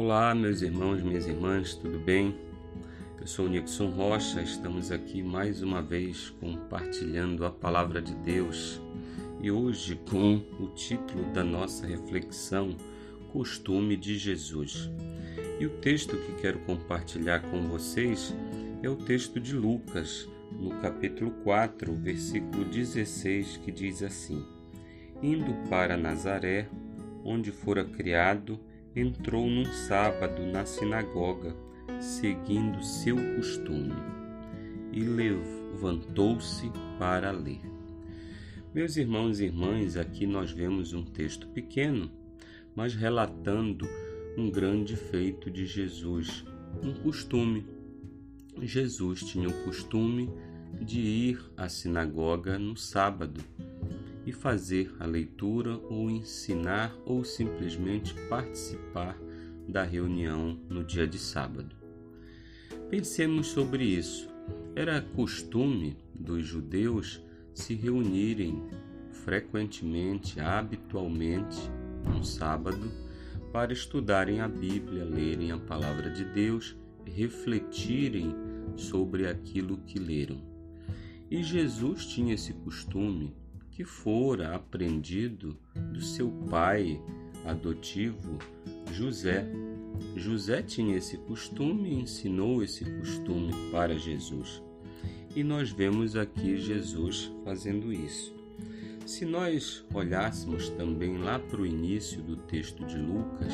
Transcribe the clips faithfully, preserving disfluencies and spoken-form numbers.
Olá, meus irmãos, minhas irmãs, tudo bem? Eu sou o Nixon Rocha, estamos aqui mais uma vez compartilhando a Palavra de Deus e hoje com o título da nossa reflexão, Costume de Jesus. E o texto que quero compartilhar com vocês é o texto de Lucas, no capítulo quatro, versículo dezesseis, que diz assim: Indo para Nazaré, onde fora criado, entrou num sábado na sinagoga, seguindo seu costume, e levantou-se para ler. Meus irmãos e irmãs, aqui nós vemos um texto pequeno, mas relatando um grande feito de Jesus, um costume. Jesus tinha o costume de ir à sinagoga no sábado e fazer a leitura ou ensinar ou simplesmente participar da reunião no dia de sábado. Pensemos sobre isso. Era costume dos judeus se reunirem frequentemente, habitualmente, no sábado, para estudarem a Bíblia, lerem a Palavra de Deus, refletirem sobre aquilo que leram. E Jesus tinha esse costume que fora aprendido do seu pai adotivo, José. José tinha esse costume e ensinou esse costume para Jesus. E nós vemos aqui Jesus fazendo isso. Se nós olhássemos também lá para o início do texto de Lucas,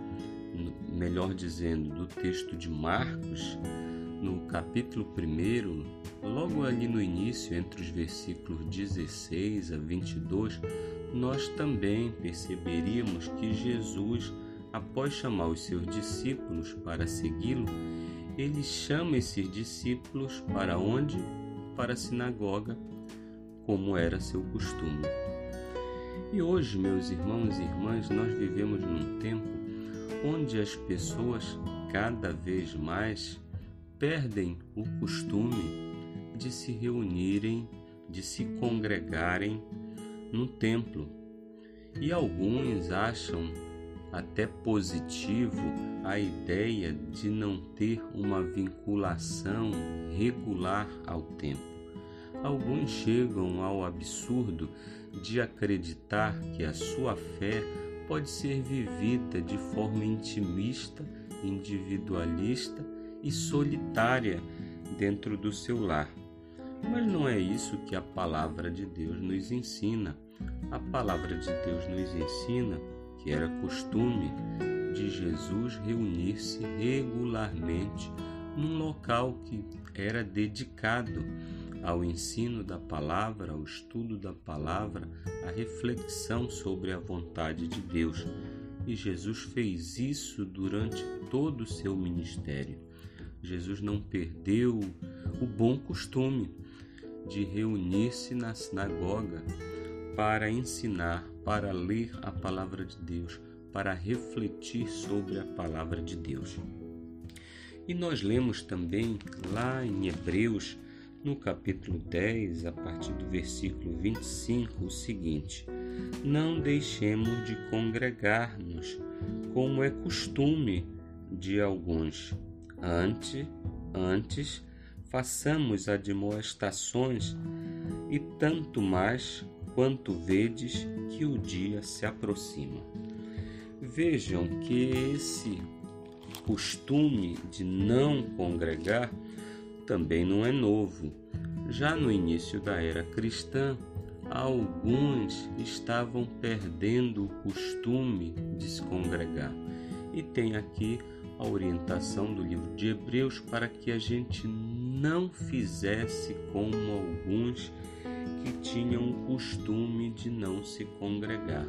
melhor dizendo, do texto de Marcos, no capítulo primeiro, logo ali no início, entre os versículos dezesseis a vinte e dois, nós também perceberíamos que Jesus, após chamar os seus discípulos para segui-lo, ele chama esses discípulos para onde? Para a sinagoga, como era seu costume. E hoje, meus irmãos e irmãs, nós vivemos num tempo onde as pessoas cada vez mais perdem o costume de se reunirem, de se congregarem no templo. E alguns acham até positivo a ideia de não ter uma vinculação regular ao templo. Alguns chegam ao absurdo de acreditar que a sua fé pode ser vivida de forma intimista, individualista e solitária dentro do seu lar. Mas não é isso que a Palavra de Deus nos ensina. A Palavra de Deus nos ensina que era costume de Jesus reunir-se regularmente num local que era dedicado ao ensino da Palavra, ao estudo da Palavra, à reflexão sobre a vontade de Deus. E Jesus fez isso durante todo o seu ministério. Jesus não perdeu o bom costume de reunir-se na sinagoga para ensinar, para ler a Palavra de Deus, para refletir sobre a Palavra de Deus. E nós lemos também lá em Hebreus, no capítulo dez, a partir do versículo vinte e cinco, o seguinte: Não deixemos de congregar-nos, como é costume de alguns. Antes, antes, façamos admoestações, e tanto mais quanto vedes que o dia se aproxima. Vejam que esse costume de não congregar também não é novo. Já no início da era cristã, alguns estavam perdendo o costume de se congregar. E tem aqui a orientação do livro de Hebreus para que a gente não fizesse como alguns que tinham o costume de não se congregar.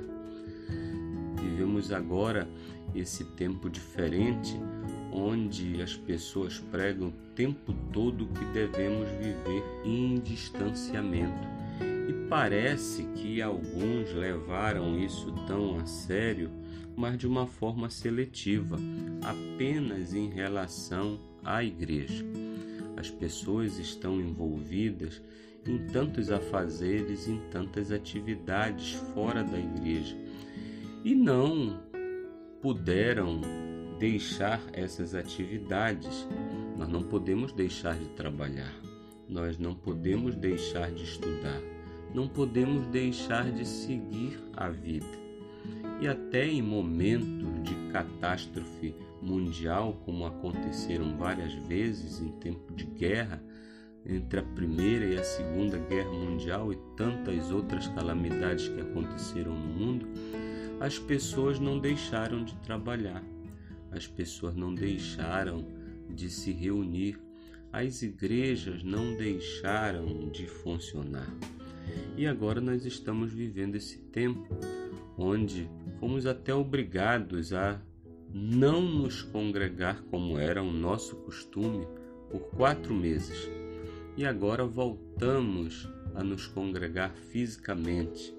Vivemos agora esse tempo diferente, onde as pessoas pregam o tempo todo que devemos viver em distanciamento. E parece que alguns levaram isso tão a sério, mas de uma forma seletiva, apenas em relação à igreja. As pessoas estão envolvidas em tantos afazeres, em tantas atividades fora da igreja, e não puderam deixar essas atividades. Nós não podemos deixar de trabalhar, nós não podemos deixar de estudar, não podemos deixar de seguir a vida. E até em momentos de catástrofe mundial, como aconteceram várias vezes em tempo de guerra, entre a Primeira e a Segunda Guerra Mundial e tantas outras calamidades que aconteceram no mundo, as pessoas não deixaram de trabalhar, as pessoas não deixaram de se reunir, as igrejas não deixaram de funcionar. E agora nós estamos vivendo esse tempo onde fomos até obrigados a não nos congregar como era o nosso costume por quatro meses. E agora voltamos a nos congregar fisicamente.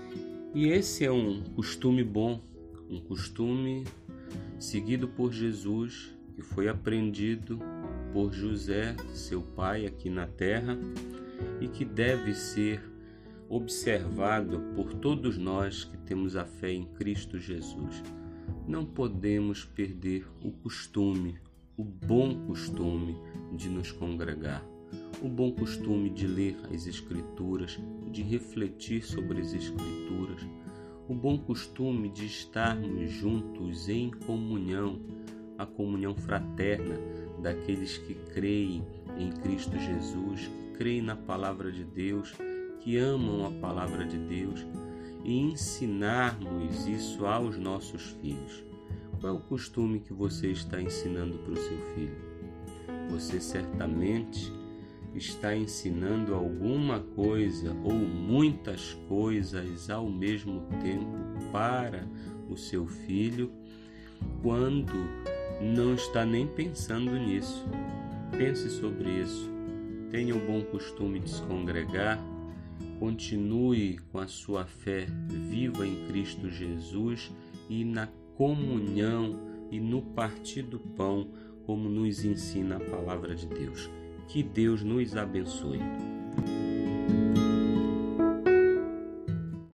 E esse é um costume bom, um costume seguido por Jesus, que foi aprendido por José, seu pai aqui na terra, e que deve ser observado por todos nós que temos a fé em Cristo Jesus. Não podemos perder o costume, o bom costume de nos congregar, o bom costume de ler as Escrituras, de refletir sobre as Escrituras, o bom costume de estarmos juntos em comunhão, a comunhão fraterna daqueles que creem em Cristo Jesus, que creem na Palavra de Deus, que amam a Palavra de Deus, e ensinarmos isso aos nossos filhos. Qual é o costume que você está ensinando para o seu filho? Você certamente está ensinando alguma coisa ou muitas coisas ao mesmo tempo para o seu filho, quando não está nem pensando nisso. Pense sobre isso. Tenha o bom costume de se congregar. Continue com a sua fé viva em Cristo Jesus e na comunhão e no partir do pão, como nos ensina a palavra de Deus. Que Deus nos abençoe.